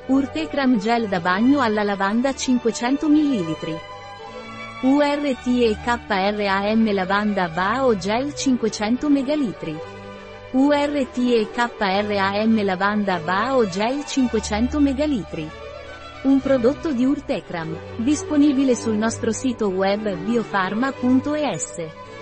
Urtecram gel da bagno alla lavanda 500 ml. URTEKRAM lavanda Bao gel 500 ml. URTEKRAM lavanda Bao gel 500 ml. Un prodotto di Urtecram, disponibile sul nostro sito web biofarma.es.